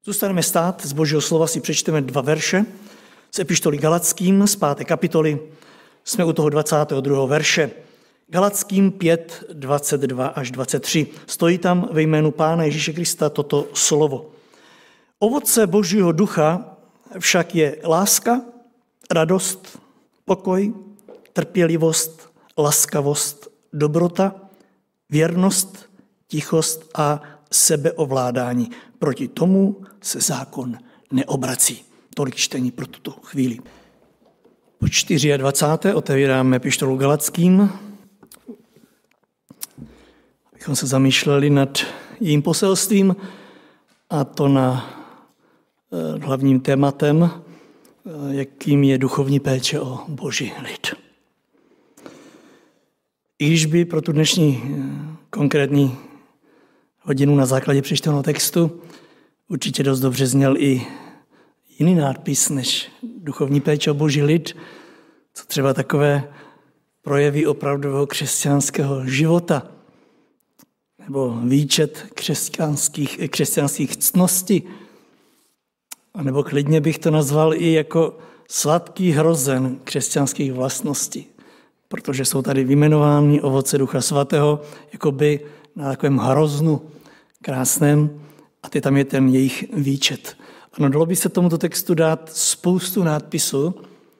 Zůstaneme stát, z Božího slova si přečteme 2 verše z epištoly Galackým z 5. kapitoly. Jsme u toho 22. verše. Galackým 5, 22 až 23. Stojí tam ve jménu Pána Ježíše Krista toto slovo. Ovoce Božího ducha však je láska, radost, pokoj, trpělivost, laskavost, dobrota, věrnost, tichost a sebeovládání. Proti tomu se zákon neobrací. Tolik čtení pro tuto chvíli. Po 24. otevíráme epištolu Galackým, abychom se zamýšleli nad jejím poselstvím, a to na hlavním tématem, jakým je duchovní péče o Boží lid. I když by pro tu dnešní konkrétní hodinu na základě přečteného textu určitě dost dobře zněl i jiný nápis než duchovní péče o Boží lid, co třeba takové projevy opravdového křesťanského života nebo výčet křesťanských ctností, a nebo klidně bych to nazval i jako sladký hrozen křesťanských vlastností, protože jsou tady vyjmenovány ovoce Ducha Svatého jakoby na takovém hroznu krásném, a tam je ten jejich výčet. Ano, dalo by se tomuto textu dát spoustu nápisů,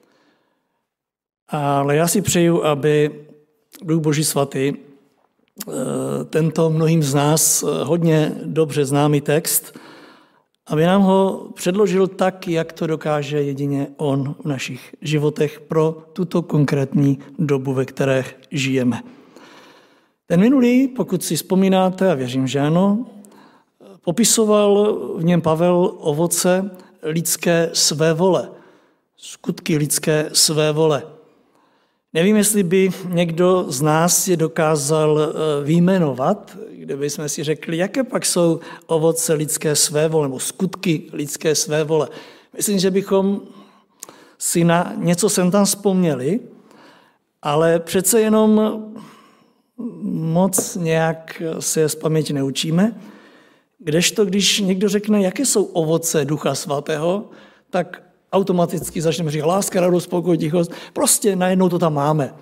ale já si přeju, aby Duch Boží Svatý tento mnohým z nás hodně dobře známý text, aby nám ho předložil tak, jak to dokáže jedině on v našich životech pro tuto konkrétní dobu, ve které žijeme. Ten minulý, pokud si vzpomínáte, a věřím, že ano, popisoval v něm Pavel ovoce lidské svévole, skutky lidské svévole. Nevím, jestli by někdo z nás je dokázal vyjmenovat, kdyby jsme si řekli, jaké pak jsou ovoce lidské svévole, nebo skutky lidské svévole. Myslím, že bychom si na něco sem tam vzpomněli, ale přece jenom moc nějak se z paměti neučíme. Kdežto, když někdo řekne, jaké jsou ovoce Ducha Svatého, tak automaticky začneme říkat láska, radost, pokoj, tichost. Prostě najednou to tam máme.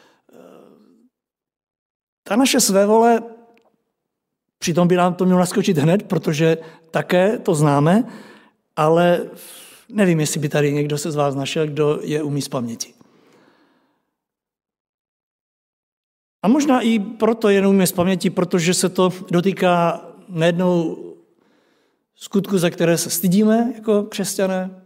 Ta naše svévole, přitom by nám to mělo naskočit hned, protože také to známe, ale nevím, jestli by tady někdo se z vás našel, kdo je umí z paměti. A možná i proto je neumí z paměti, protože se to dotýká nejednou skutku, za které se stydíme jako křesťané.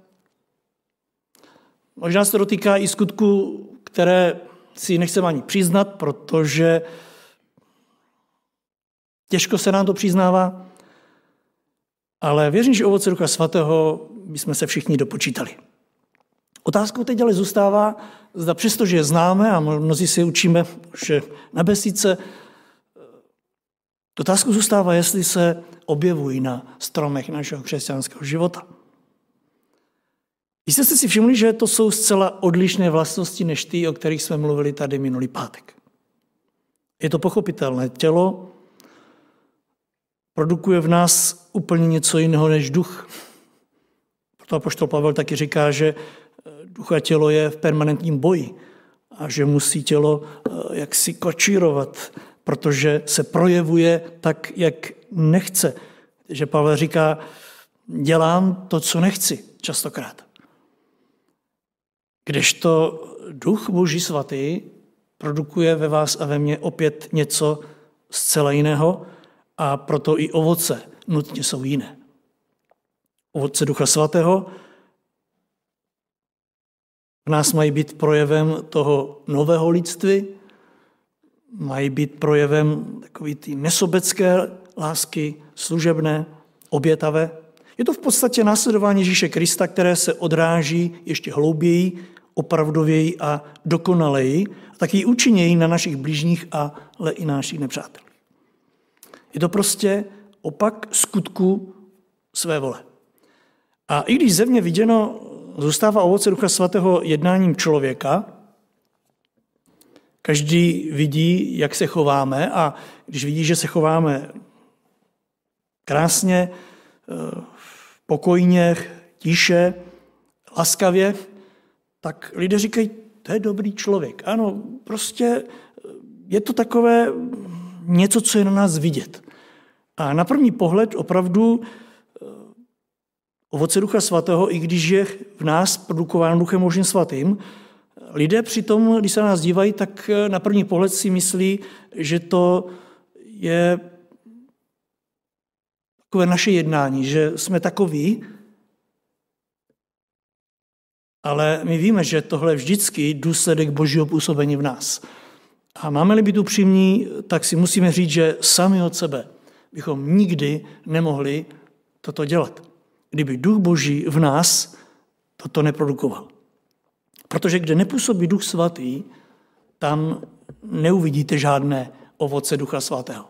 Možná se to dotýká i skutku, které si nechceme ani přiznat, protože těžko se nám to přiznává, ale věřím, že ovoce Ducha Svatého bychom se všichni dopočítali. Otázkou teď ale zůstává, zda přestože je známe a mnozí si učíme už na besídce, otázkou zůstává, jestli se objevují na stromech našeho křesťanského života. Jste si všimli, že to jsou zcela odlišné vlastnosti než ty, o kterých jsme mluvili tady minulý pátek. Je to pochopitelné. Tělo produkuje v nás úplně něco jiného než duch. Proto apoštol Pavel taky říká, že duch a tělo je v permanentním boji a že musí tělo jaksi kočírovat, protože se projevuje tak, jak nechce. Že Pavel říká, dělám to, co nechci, častokrát. Kdežto Duch Boží Svatý produkuje ve vás a ve mně opět něco zcela jiného a proto i ovoce nutně jsou jiné. Ovoce Ducha Svatého v nás mají být projevem toho nového lidství, mají být projevem takové ty nesobecké lásky, služebné, obětavé. Je to v podstatě následování Ježíše Krista, které se odráží ještě hlouběji, opravdověji a dokonaleji, a taky účinněji na našich bližních, ale i našich nepřátelích. Je to prostě opak skutku své vole. A i když zevně viděno zůstává ovoce Ducha Svatého jednáním člověka, každý vidí, jak se chováme, a když vidí, že se chováme krásně, pokojně, tiše, laskavě, tak lidé říkají, to je dobrý člověk. Ano, prostě je to takové něco, co je na nás vidět. A na první pohled opravdu ovoce Ducha Svatého, i když je v nás produkováno Duchem Božím Svatým, lidé přitom, když se na nás dívají, tak na první pohled si myslí, že to je takové naše jednání, že jsme takoví, ale my víme, že tohle je vždycky důsledek Božího působení v nás. A máme-li být upřímní, tak si musíme říct, že sami od sebe bychom nikdy nemohli toto dělat, kdyby Duch Boží v nás toto neprodukoval. Protože kde nepůsobí Duch Svatý, tam neuvidíte žádné ovoce Ducha Svatého.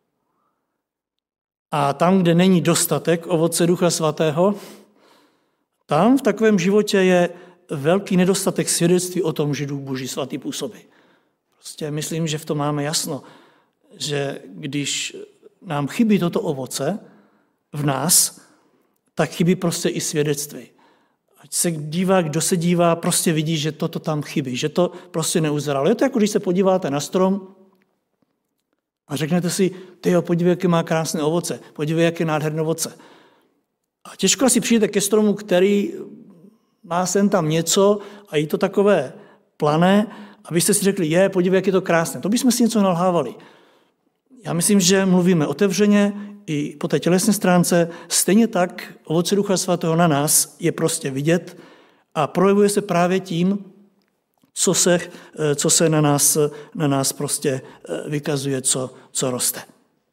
A tam, kde není dostatek ovoce Ducha Svatého, tam v takovém životě je velký nedostatek svědectví o tom, že Duch Boží Svatý působí. Prostě myslím, že v tom máme jasno, že když nám chybí toto ovoce v nás, tak chybí prostě i svědectví. Ať se dívá, kdo se dívá, prostě vidí, že toto tam chybí, že to prostě neuzralo. Je to jako když se podíváte na strom a řeknete si, tyjo, podívej, jaké má krásné ovoce, podívej, jaké nádherné ovoce. A těžko asi přijdete ke stromu, který má sem tam něco a je to takové plané, abyste si řekli, podívej, jak je to krásné. To bychom si něco nalhávali. Já myslím, že mluvíme otevřeně i po té tělesné stránce, stejně tak ovoce Ducha Svatého na nás je prostě vidět a projevuje se právě tím, co se na nás prostě vykazuje, co roste.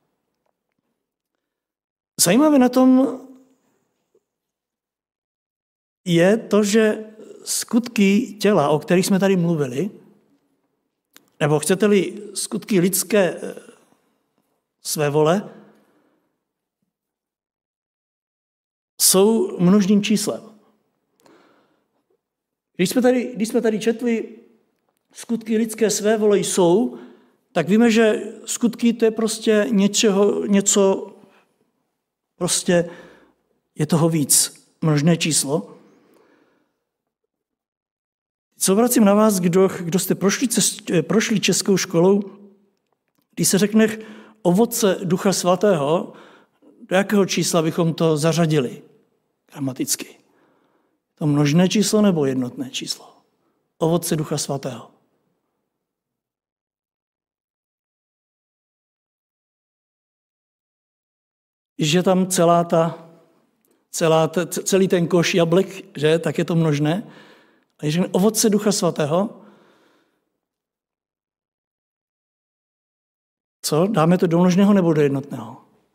Zajímavé na tom je to, že skutky těla, o kterých jsme tady mluvili, nebo chcete-li skutky lidské své vole, jsou množným číslem. Když jsme tady četli skutky lidské své vole jsou, tak víme, že skutky to je prostě něco prostě je toho víc. Množné číslo. Co obracím na vás, kdo jste prošli českou školou, když se řekne ovoce Ducha Svatého, do jakého čísla bychom to zařadili gramaticky? To množné číslo nebo jednotné číslo? Ovoce Ducha Svatého. Že tam celý ten koš jablek, že, tak je to množné. A když řekne ovoce Ducha Svatého, co? Dáme to do množného nebo do jednotného?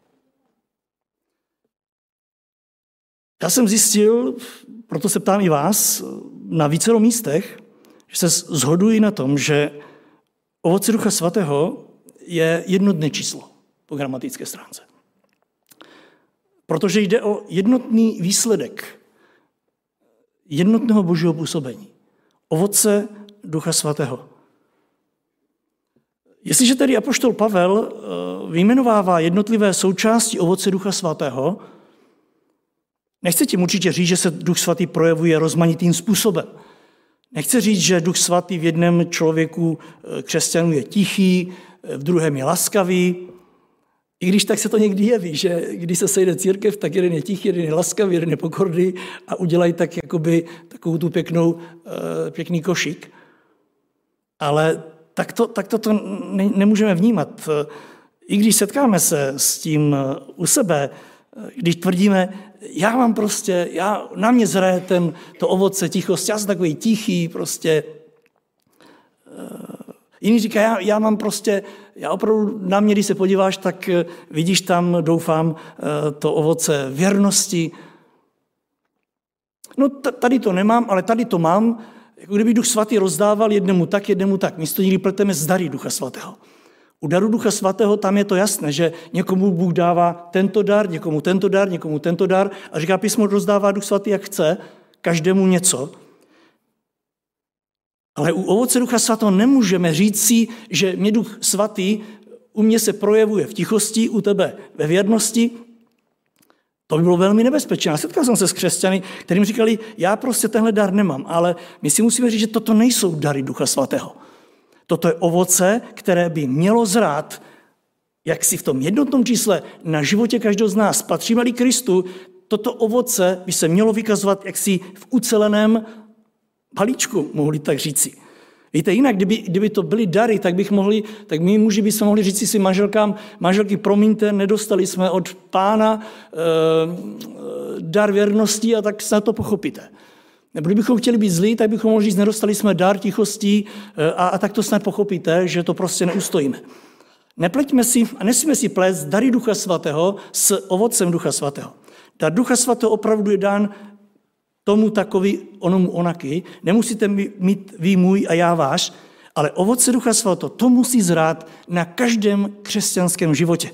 Já jsem zjistil, proto se ptám i vás, na vícero místech, že se shodují na tom, že ovoce Ducha Svatého je jednotné číslo po gramatické stránce. Protože jde o jednotný výsledek jednotného Božího působení. Ovoce Ducha Svatého. Jestliže tedy apoštol Pavel vyjmenovává jednotlivé součásti ovoce Ducha Svatého, nechce tím určitě říct, že se Duch Svatý projevuje rozmanitým způsobem. Nechce říct, že Duch Svatý v jednom člověku křesťanů je tichý, v druhém je laskavý. I když tak se to někdy jeví, že když se sejde církev, tak jeden je tichý, jeden je laskavý, jeden je pokorný a udělají tak jakoby takovou tu pěkný košík. Ale takto to nemůžeme vnímat. I když setkáme se s tím u sebe, když tvrdíme, na mě zraje to ovoce tichosti, já jsem takový tichý, prostě. Jiný říká, já opravdu na mě, když se podíváš, tak vidíš tam, doufám, to ovoce věrnosti. No tady to nemám, ale tady to mám. Jako kdyby Duch Svatý rozdával jednému tak. My si to někdy pleteme z dary Ducha Svatého. U daru Ducha Svatého tam je to jasné, že někomu Bůh dává tento dar, někomu tento dar a říká písmo, rozdává Duch Svatý, jak chce, každému něco. Ale u ovoce Ducha Svatého nemůžeme říct si, že mě Duch Svatý u mě se projevuje v tichosti, u tebe ve věrnosti, To by bylo velmi nebezpečné. Setkal jsem se s křesťany, kterým říkali, já prostě tenhle dar nemám, ale my si musíme říct, že toto nejsou dary Ducha Svatého. Toto je ovoce, které by mělo zrát, jak si v tom jednotnom čísle na životě každého z nás. Patříme-li Kristu, toto ovoce by se mělo vykazovat jaksi v uceleném balíčku, mohli tak říci. Víte, jinak, kdyby to byly dary, tak my muži bychom mohli říct si svým manželkám, manželky, promiňte, nedostali jsme od Pána dar věrnosti a tak snad to pochopíte. Nebo kdybychom chtěli být zlí, tak bychom mohli říct, nedostali jsme dar tichostí a tak to snad pochopíte, že to prostě neustojíme. Nepleťme si a nesmíme si plést dary Ducha Svatého s ovocem Ducha Svatého. Dar Ducha Svatého opravdu je dán tomu takový, onomu onaky. Nemusíte mít vy můj a já váš, ale ovoce Ducha Svatého, to musí zrát na každém křesťanském životě.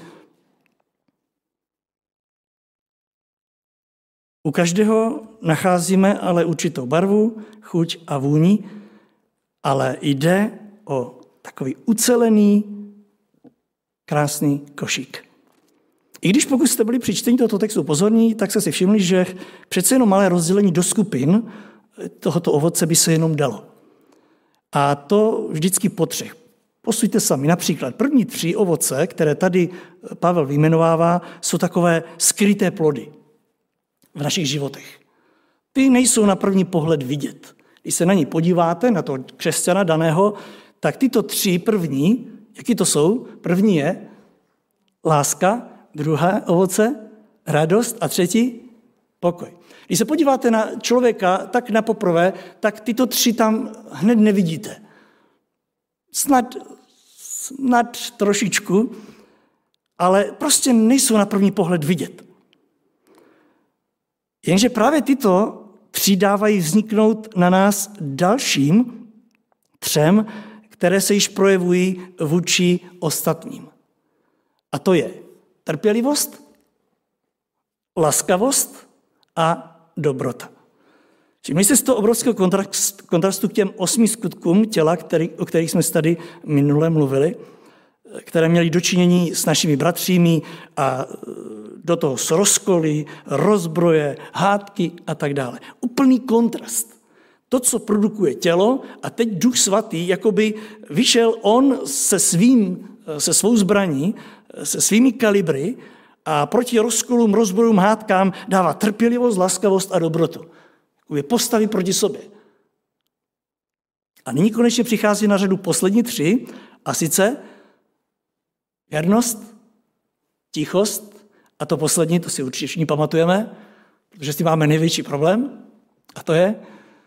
U každého nacházíme ale určitou barvu, chuť a vůni, ale jde o takový ucelený, krásný košík. I když pokud jste byli při čtení tohoto textu pozorní, tak jste si všimli, že přece jenom malé rozdělení do skupin tohoto ovoce by se jenom dalo. A to vždycky po třech. Posuďte sami. Například první 3 ovoce, které tady Pavel vyjmenovává, jsou takové skryté plody v našich životech. Ty nejsou na první pohled vidět. Když se na ní podíváte, na toho křesťana daného, tak tyto 3 první, jaký to jsou? První je láska, druhé ovoce, radost a třetí pokoj. Když se podíváte na člověka tak na poprvé, tak tyto 3 tam hned nevidíte. Snad trošičku, ale prostě nejsou na první pohled vidět. Jenže právě tyto 3 dávají vzniknout na nás dalším 3, které se již projevují vůči ostatním. A to je trpělivost, laskavost a dobrota. Všimli jste z toho obrovského kontrastu k těm 8 skutkům těla, o kterých jsme tady minule mluvili, které měly dočinění s našimi bratřími a do toho s rozkoly, rozbroje, hádky a tak dále. Úplný kontrast. To, co produkuje tělo, a teď Duch Svatý, jakoby vyšel on se svou zbraní, se svými kalibry a proti rozkolům, rozbrojům, hádkám dává trpělivost, laskavost a dobrotu. Takové postavy proti sobě. A nyní konečně přichází na řadu poslední 3, a sice věrnost, tichost a to poslední, to si určitě všichni pamatujeme, protože s tím máme největší problém, a to je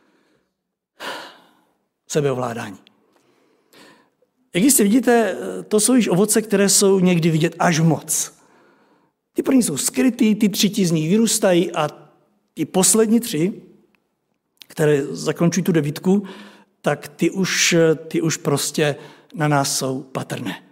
sebeovládání. Jak jistě vidíte, to jsou již ovoce, které jsou někdy vidět až moc. Ty první jsou skrytý, ty 3 z nich vyrůstají a ty poslední 3, které zakončují tu 9, tak ty už prostě na nás jsou patrné.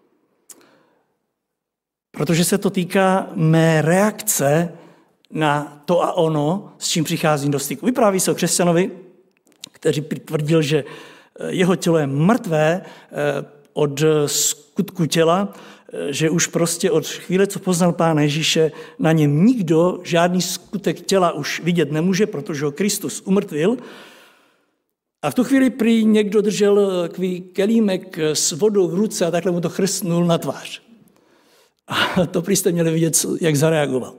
Protože se to týká mé reakce na to a ono, s čím přicházím do styku. Vypráví se o křesťanovi, který tvrdil, že jeho tělo je mrtvé od skutku těla, že už prostě od chvíle, co poznal Pána Ježíše, na něm nikdo žádný skutek těla už vidět nemůže, protože ho Kristus umrtvil. A v tu chvíli prý někdo držel takový kelímek s vodou v ruce a takhle mu to chrstnul na tvář. A to prý jste měli vidět, jak zareagoval.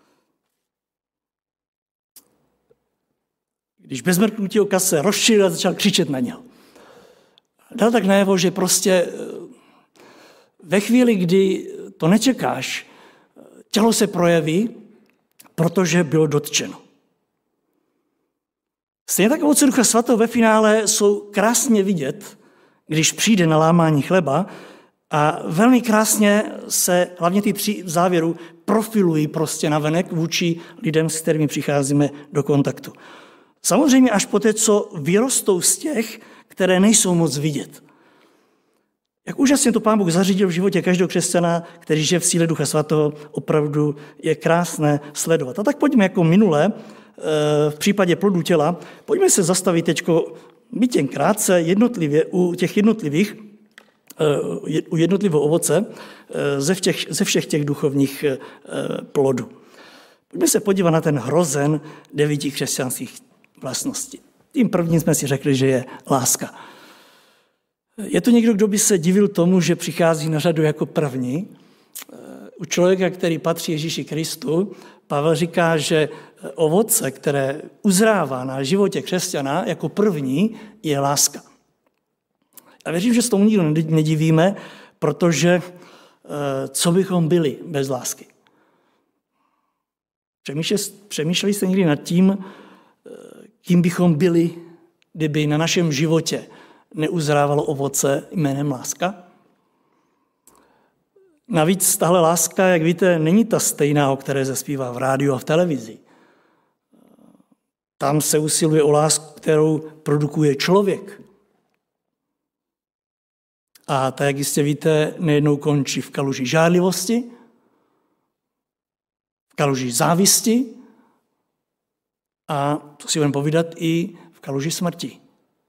Když bez mrknutí oka se rozčilil a začal křičet na něho. Dal tak najevo, že prostě ve chvíli, kdy to nečekáš, tělo se projeví, protože bylo dotčeno. Stejně tak ovoce Ducha Svatého ve finále jsou krásně vidět, když přijde na lámání chleba a velmi krásně se hlavně ty 3 v závěru profilují prostě navenek vůči lidem, s kterými přicházíme do kontaktu. Samozřejmě až poté, co vyrostou z těch, které nejsou moc vidět. Jak úžasně to Pán Bůh zařídil v životě každého křesťana, který žije v síle Ducha Svatého, opravdu je krásné sledovat. A tak pojďme jako minule, v případě plodů těla, pojďme se zastavit teďko byť jen krátce jednotlivě u těch u jednotlivého ovoce ze všech těch duchovních plodů. Pojďme se podívat na ten hrozen 9 křesťanských vlastností. Tím prvním jsme si řekli, že je láska. Je tu někdo, kdo by se divil tomu, že přichází na řadu jako první? U člověka, který patří Ježíši Kristu, Pavel říká, že ovoce, které uzrává na životě křesťana jako první, je láska. Já věřím, že s tomu nikdo nedivíme, protože co bychom byli bez lásky? Přemýšleli jste někdy nad tím, kým bychom byli, kdyby na našem životě neuzrávalo ovoce jménem láska? Navíc tahle láska, jak víte, není ta stejná, o které se zpívá v rádiu a v televizi. Tam se usiluje o lásku, kterou produkuje člověk. A tak, jak jistě víte, nejednou končí v kaluži žárlivosti, v kaluži závisti a, to si budeme povídat, i v kaluži smrti.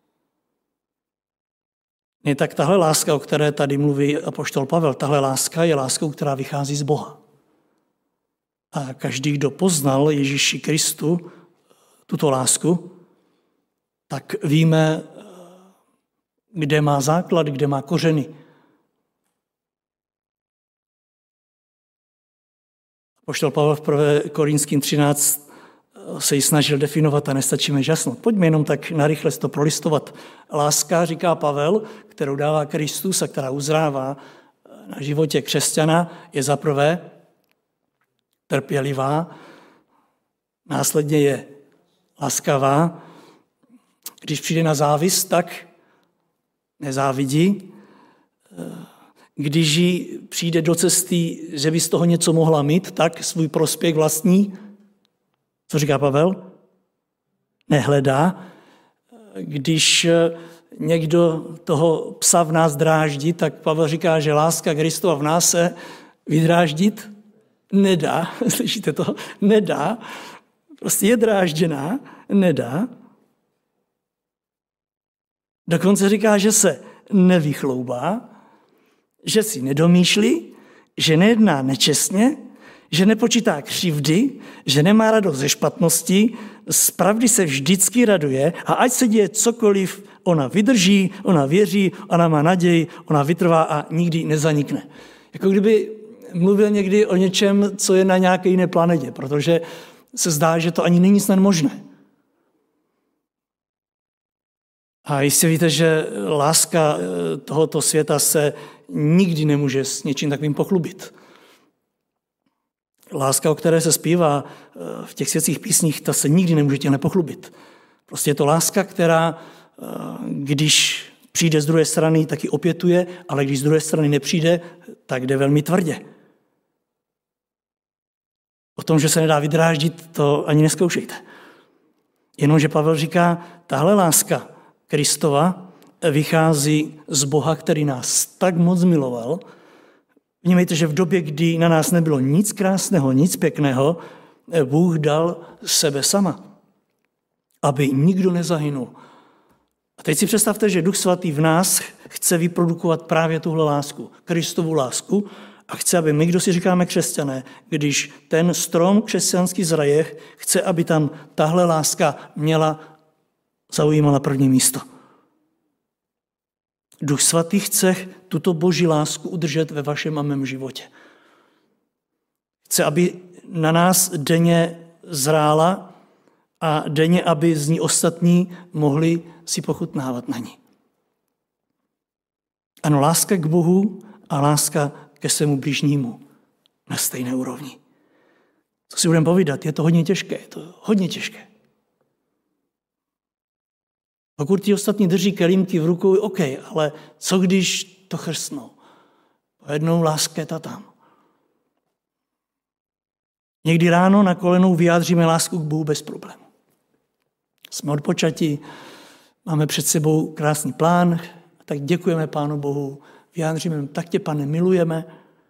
Ne tak tahle láska, o které tady mluví apoštol Pavel, tahle láska je láskou, která vychází z Boha. A každý, kdo poznal Ježíši Kristu, tuto lásku, tak víme, kde má základ, kde má kořeny. Apoštol Pavel v 1. Korinským 13 se ji snažil definovat a nestačíme žasnout. Pojďme jenom tak narychle to prolistovat. Láska, říká Pavel, kterou dává Kristus a která uzrává na životě křesťana, je zaprvé trpělivá, následně je laskavá. Když přijde na závist, tak nezávidí. Když jí přijde do cesty, že by z toho něco mohla mít, tak svůj prospěch vlastní, co říká Pavel? Nehledá. Když někdo toho psa v nás dráždí, tak Pavel říká, že láska Kristova v nás se vydráždit nedá. Slyšíte to? Nedá. Prostě je drážděná, nedá. Dokonce říká, že se nevychloubá, že si nedomýšlí, že nejedná nečestně, že nepočítá křivdy, že nemá radost ze špatnosti, z pravdy se vždycky raduje a ať se děje cokoliv, ona vydrží, ona věří, ona má naději, ona vytrvá a nikdy nezanikne. Jako kdyby mluvil někdy o něčem, co je na nějaké jiné planetě, protože se zdá, že to ani není snad možné. A jistě víte, že láska tohoto světa se nikdy nemůže s něčím takovým pochlubit. Láska, o které se zpívá v těch světských písních, ta se nikdy nemůže tě nepochlubit. Prostě je to láska, která, když přijde z druhé strany, taky opětuje, ale když z druhé strany nepřijde, tak jde velmi tvrdě. O tom, že se nedá vydráždit, to ani neskoušejte. Jenomže Pavel říká, tahle láska Kristova vychází z Boha, který nás tak moc miloval. Vnímejte, že v době, kdy na nás nebylo nic krásného, nic pěkného, Bůh dal sebe sama, aby nikdo nezahynul. A teď si představte, že Duch Svatý v nás chce vyprodukovat právě tuhle lásku, Kristovu lásku, a chce, aby my, kdo si říkáme křesťané, když ten strom křesťanský zraje, chce, aby tam tahle láska zaujímala první místo. Duch Svatý chce tuto boží lásku udržet ve vašem a mém životě. Chce, aby na nás denně zrála a denně, aby z ní ostatní mohli si pochutnávat na ní. Ano, láska k Bohu a láska ke svému bližnímu na stejné úrovni. Co si budeme povídat, je to hodně těžké. Pokud ti ostatní drží kelímky v rukou, OK, ale co když to chrstnou? Pojednou láska je ta tam. Někdy ráno na kolenou vyjádříme lásku k Bohu bez problému. Jsme odpočatí, máme před sebou krásný plán, tak děkujeme Pánu Bohu, vyjádříme, tak tě, Pane, milujeme.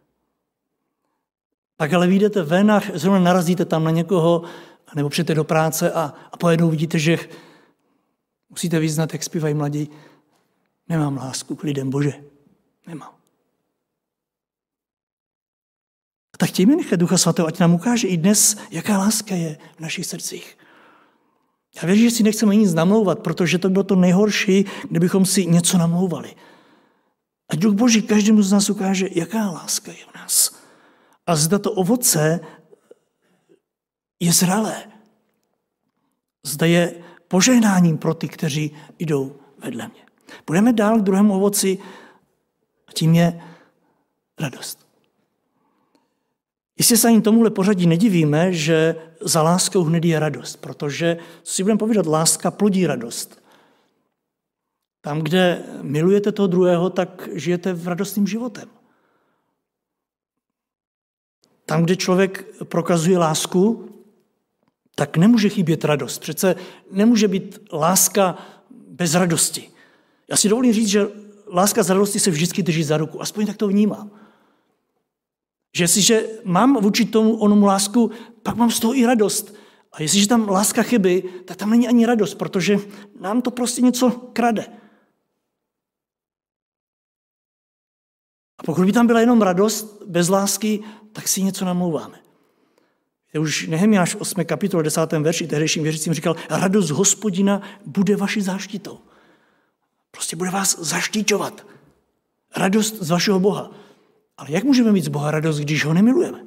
Tak ale vyjdete ven a zrovna narazíte tam na někoho, nebo přijete do práce a pojednou vidíte, že musíte vyznat, jak zpívají mladí, nemám lásku k lidem, Bože, nemám. Tak chtějme nechat Ducha Svatého, ať nám ukáže i dnes, jaká láska je v našich srdcích. Já věřím, že si nechceme nic namlouvat, protože to bylo to nejhorší, kdybychom si něco namlouvali. A Duch Boží každému z nás ukáže, jaká láska je v nás. A zda to ovoce je zralé. Zda je požehnáním pro ty, kteří jdou vedle mě. Půjdeme dál k druhému ovoci a tím je radost. Jestli se ani tomuhle pořadí nedivíme, že za láskou hned je radost, protože, co si budeme povídat, láska plodí radost. Tam, kde milujete toho druhého, tak žijete v radostným životem. Tam, kde člověk prokazuje lásku, tak nemůže chybět radost. Přece nemůže být láska bez radosti. Já si dovolím říct, že láska z radosti se vždycky drží za ruku. Aspoň tak to vnímám. Že jestliže mám vůči tomu onomu lásku, pak mám z toho i radost. A jestliže tam láska chybí, tak tam není ani radost, protože nám to prostě něco krade. A pokud by tam byla jenom radost bez lásky, tak si něco namlouváme. Už Nehemiáš v 8. kapitole 10. verši tehdejším věřícím říkal, radost Hospodina bude vaší záštitou. Prostě bude vás zaštiťovat. Radost z vašeho Boha. Ale jak můžeme mít z Boha radost, když ho nemilujeme?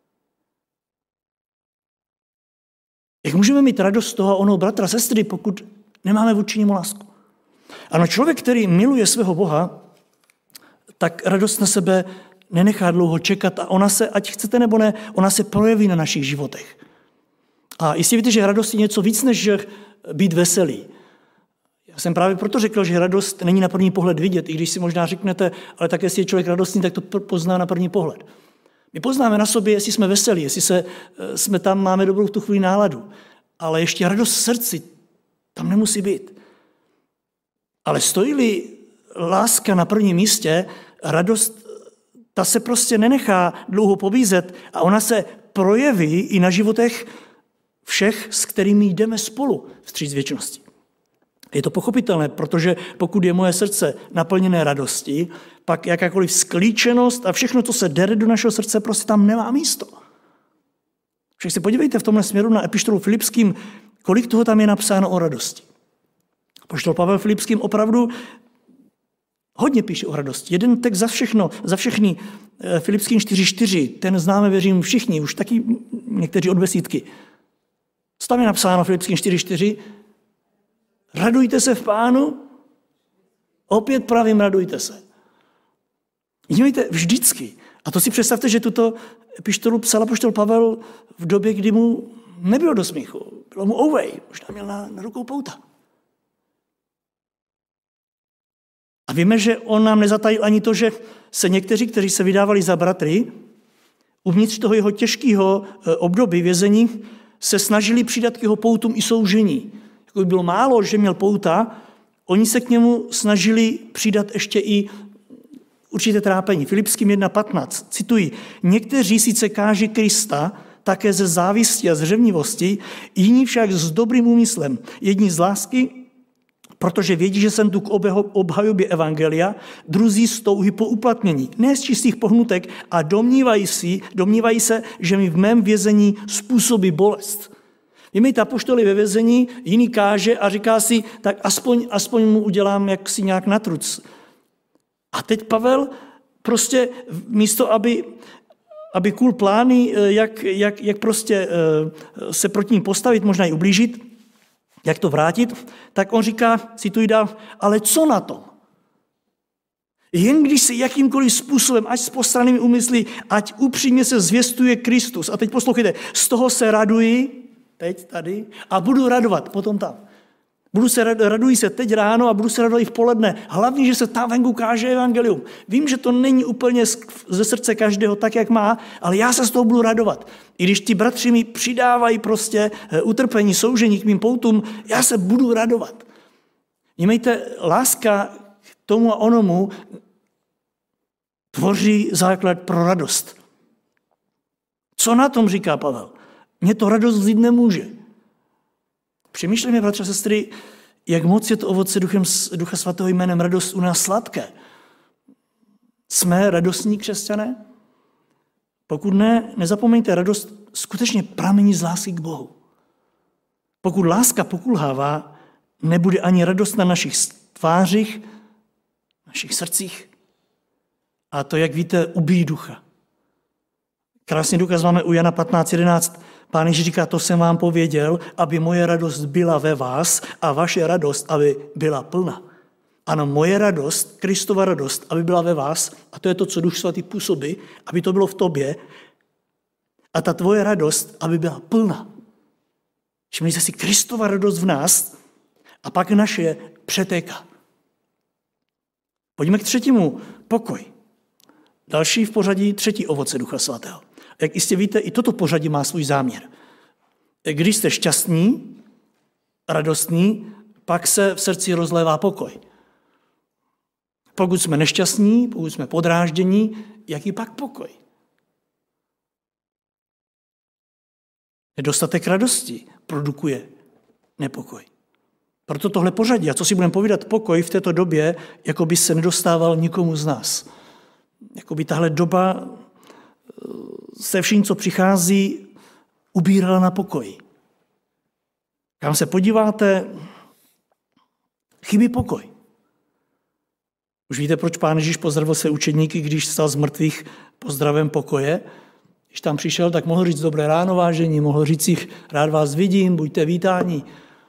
Jak můžeme mít radost z toho onoho bratra, sestry, pokud nemáme vůči němu lásku? Ano, člověk, který miluje svého Boha, tak radost na sebe nenechá dlouho čekat a ona se, ať chcete nebo ne, ona se projeví na našich životech. A jistě víte, že radost je něco víc, než být veselý. Já jsem právě proto řekl, že radost není na první pohled vidět, i když si možná řeknete, ale tak jestli je člověk radostný, tak to pozná na první pohled. My poznáme na sobě, jestli jsme veselí, jestli jsme tam, máme dobrou v tu chvíli náladu. Ale ještě radost v srdci tam nemusí být. Ale stojí-li láska na prvním místě, radost, ta se prostě nenechá dlouho pobízet a ona se projeví i na životech všech, s kterými jdeme spolu vstříc věčnosti. Je to pochopitelné, protože pokud je moje srdce naplněné radostí, pak jakákoliv sklíčenost a všechno, co se dere do našeho srdce, prostě tam nemá místo. Však se podívejte v tomhle směru na epištolu Filipským, kolik toho tam je napsáno o radosti. Apoštol Pavel Filipským opravdu hodně píše o radosti. Jeden text za všechny, Filipským 4.4, ten známe, věřím, všichni, už taky někteří od desítky. Co tam je napsáno Filipským 4.4? Radujte se v Pánu, opět pravím, radujte se. Dívejte, vždycky. A to si představte, že tuto epištolu psal apoštol Pavel v době, kdy mu nebylo do smíchu. Bylo mu ouvej, možná měl na rukou pouta. A víme, že on nám nezatajil ani to, že se někteří, kteří se vydávali za bratry, uvnitř toho jeho těžkého období vězení, se snažili přidat k jeho poutům i soužení. Jako by bylo málo, že měl pouta, oni se k němu snažili přidat ještě i určité trápení. Filipským 1.15, cituji, někteří sice káží Krista, také ze závisti a z řevnivosti, jiní však s dobrým úmyslem. Jedni z lásky, protože vědí, že jsem tu k obhajobě evangelia, druzí z touhy po uplatnění, ne z čistých pohnutek a domnívají se, že mi v mém vězení způsobí bolest. Víme, apoštol je ve vězení, jiný káže a říká si, tak aspoň mu udělám jaksi nějak natruc. A teď Pavel prostě místo, aby kul plány, jak prostě se proti ní postavit, možná i ublížit, jak to vrátit, tak on říká, cituji dál, ale co na tom? Jen když se jakýmkoliv způsobem, ať s postrannými úmysly, ať upřímně se zvěstuje Kristus. A teď poslouchejte, z toho se raduji, teď tady, a budu radovat, potom tam. Raduji se teď ráno a budu se radovat i v poledne. Hlavně, že se tam venku káže evangelium. Vím, že to není úplně ze srdce každého tak, jak má, ale já se z toho budu radovat. I když ti bratři mi přidávají prostě utrpení, soužení k mým poutům, já se budu radovat. Vnímejte, láska k tomu a onomu tvoří základ pro radost. Co na tom, říká Pavel? Mně to radost vzít nemůže. Přemýšlejme, bratři a sestry, jak moc je to ovoce Ducha Svatého jménem radost u nás sladké. Jsme radostní křesťané? Pokud ne, nezapomeňte, radost skutečně pramení z lásky k Bohu. Pokud láska pokulhává, nebude ani radost na našich tvářích, našich srdcích. A to, jak víte, ubíjí ducha. Krásný důkaz máme u Jana 15:11. Pán Ježíš říká, to jsem vám pověděl, aby moje radost byla ve vás a vaše radost, aby byla plná. Ano, moje radost, Kristova radost, aby byla ve vás, a to je to, co Duch Svatý působí, aby to bylo v tobě, a ta tvoje radost, aby byla plná. Všimněte si, Kristova radost v nás a pak naše přetéká. Pojďme k třetímu, pokoj. Další v pořadí, třetí ovoce Ducha Svatého. Jak jistě víte, i toto pořadí má svůj záměr. Když jste šťastní, radostní, pak se v srdci rozlévá pokoj. Pokud jsme nešťastní, pokud jsme podráždění, jaký pak pokoj? Nedostatek radosti produkuje nepokoj. Proto tohle pořadí, a co si budeme povídat, pokoj v této době, jako by se nedostával nikomu z nás. Jako by tahle doba se vším, co přichází, ubírala na pokoji. Kam se podíváte, chybí pokoj. Už víte, proč Pán Ježíš pozdravil své učedníky, když vstal z mrtvých pozdravem pokoje? Když tam přišel, tak mohl říct dobré ráno, vážení, mohl říct jich, rád vás vidím, buďte vítáni.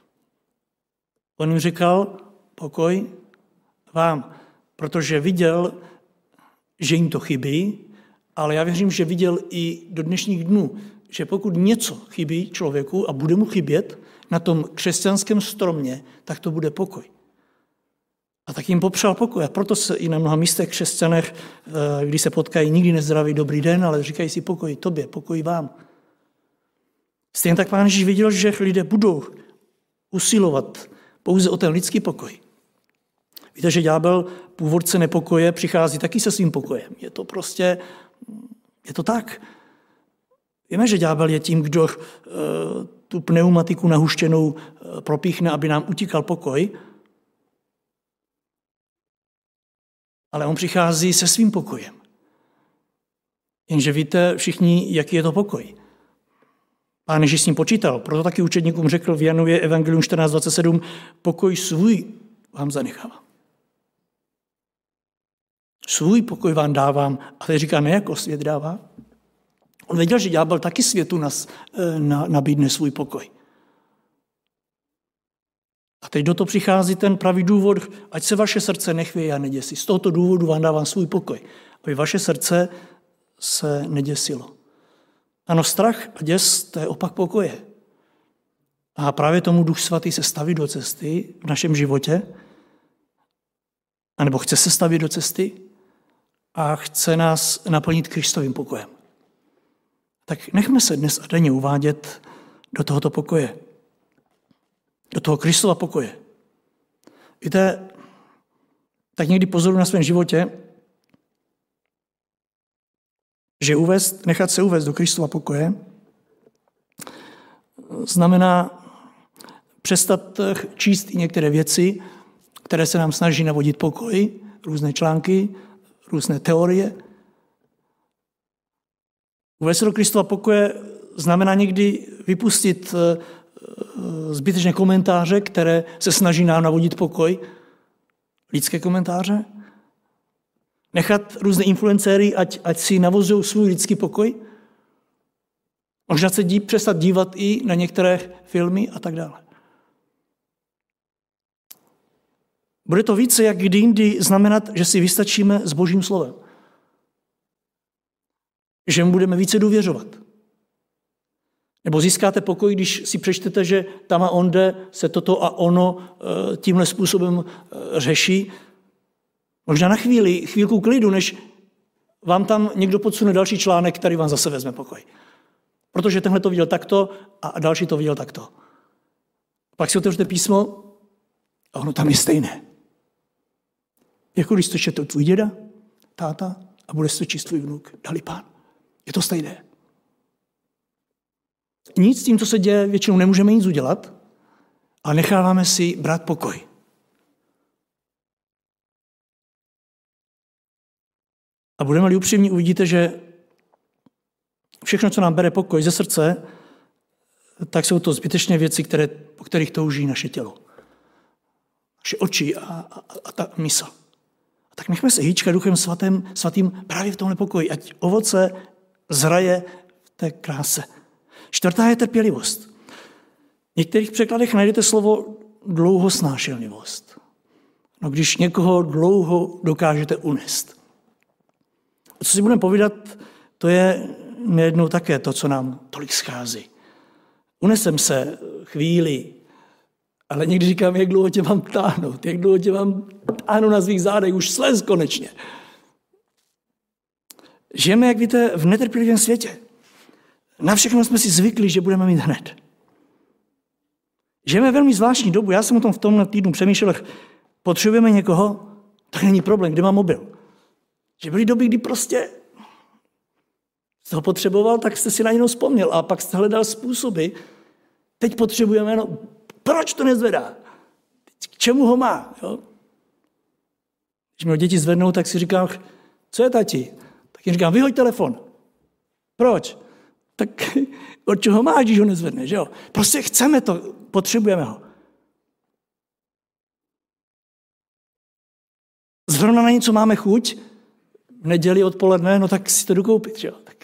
On jim říkal, pokoj vám, protože viděl, že jim to chybí, ale já věřím, že viděl i do dnešních dnů, že pokud něco chybí člověku a bude mu chybět na tom křesťanském stromě, tak to bude pokoj. A tak jim popřál pokoj. A proto se i na mnoha místech křesťanech, když se potkají, nikdy nezdraví dobrý den, ale říkají si pokoj tobě, pokoj vám. Stejně tak Pán Ježíš viděl, že lidé budou usilovat pouze o ten lidský pokoj. Víte, že ďábel, původce nepokoje, přichází taky se svým pokojem. Je to tak. Víme, že ďábel je tím, kdo tu pneumatiku nahuštěnou propíchne, aby nám utíkal pokoj, ale on přichází se svým pokojem. Jenže víte všichni, jaký je to pokoj. Pán Ježíš s ním počítal, proto taky učedníkům řekl v Janově Evangelium 14:27, pokoj svůj vám zanechávám. Svůj pokoj vám dávám. A teď říká, ne jako svět dává. On věděl, že ďábel taky světu nabídne svůj pokoj. A teď do toho přichází ten pravý důvod, ať se vaše srdce nechvěje a neděsí. Z tohoto důvodu vám dávám svůj pokoj, aby vaše srdce se neděsilo. Ano, strach a děs, to je opak pokoje. A právě tomu Duch Svatý se staví do cesty v našem životě, anebo chce se stavit do cesty a chce nás naplnit Kristovým pokojem. Tak nechme se dnes a denně uvádět do tohoto pokoje. Do toho Kristova pokoje. Víte, tak někdy pozoruji na svém životě, že nechat se uvést do Kristova pokoje znamená přestat číst i některé věci, které se nám snaží navodit pokoj, různé články, různé teorie. Uvést se do Kristova pokoje znamená někdy vypustit zbytečné komentáře, které se snaží nám navodit pokoj, lidské komentáře, nechat různé influencéry, ať si navozují svůj lidský pokoj, možná se přestat dívat i na některé filmy a tak dále. Bude to více jak kdy jindy znamenat, že si vystačíme s Božím slovem. Že mu budeme více důvěřovat. Nebo získáte pokoj, když si přečtete, že tam a onde se toto a ono tímhle způsobem řeší. Možná na chvílku klidu, než vám tam někdo podsune další článek, který vám zase vezme pokoj. Protože tenhle to viděl takto a další to viděl takto. Pak si otevřete písmo a ono tam je stejné. Jako když to čte tvůj děda, táta a bude to číst tvůj vnuk, dali Pán. Je to stejné. Nic s tím, co se děje, většinou nemůžeme nic udělat, ale necháváme si brát pokoj. A budeme-li upřímní, uvidíte, že všechno, co nám bere pokoj ze srdce, tak jsou to zbytečné věci, po kterých touží naše tělo. Naše oči a ta mysl. A tak nechme se hýčkat Duchem svatým právě v tomhle pokoji, ať ovoce zraje v té kráse. 4. je trpělivost. V některých překladech najdete slovo dlouhosnášenlivost. No, když někoho dlouho dokážete unést. A co si budeme povídat, to je nejednou také to, co nám tolik schází. Unesem se chvíli, ale někdy říkám, jak dlouho tě mám táhnout, jak dlouho tě mám táhnout na svých zádech, už slez konečně. Žijeme, jak víte, v netrpělivém světě. Na všechno jsme si zvykli, že budeme mít hned. Žijeme velmi zvláštní dobu, já jsem o tom v tomhle týdnu přemýšlel, potřebujeme někoho, tak není problém, kde mám mobil. Že byly doby, kdy prostě jste ho potřeboval, tak jste si na něj vzpomněl a pak jste hledal způsoby. Teď potřebujeme, proč to nezvedá? K čemu ho má? Jo? Když mi ho děti zvednou, tak si říkám, co je tati? Tak jim říkám, vyhoď telefon. Proč? Tak od čeho máš, když ho nezvedneš? Jo? Prostě chceme to, potřebujeme ho. Zrovna na něco máme chuť, v neděli odpoledne, tak si to jdu koupit. Jo? Tak.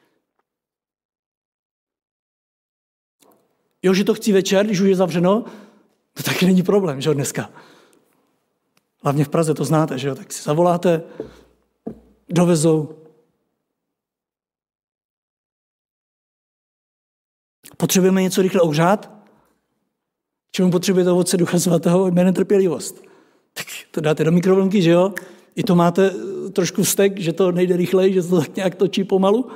Jo, že to chci večer, když už je zavřeno, to taky není problém, že jo, dneska. Hlavně v Praze to znáte, že jo, tak si zavoláte, dovezou. Potřebujeme něco rychle ohřát? K čemu potřebujete ovoce Ducha Svatého? Jménem trpělivost. Tak to dáte do mikrovlnky, že jo? I to máte trošku vztek, že to nejde rychleji, že to tak nějak točí pomalu.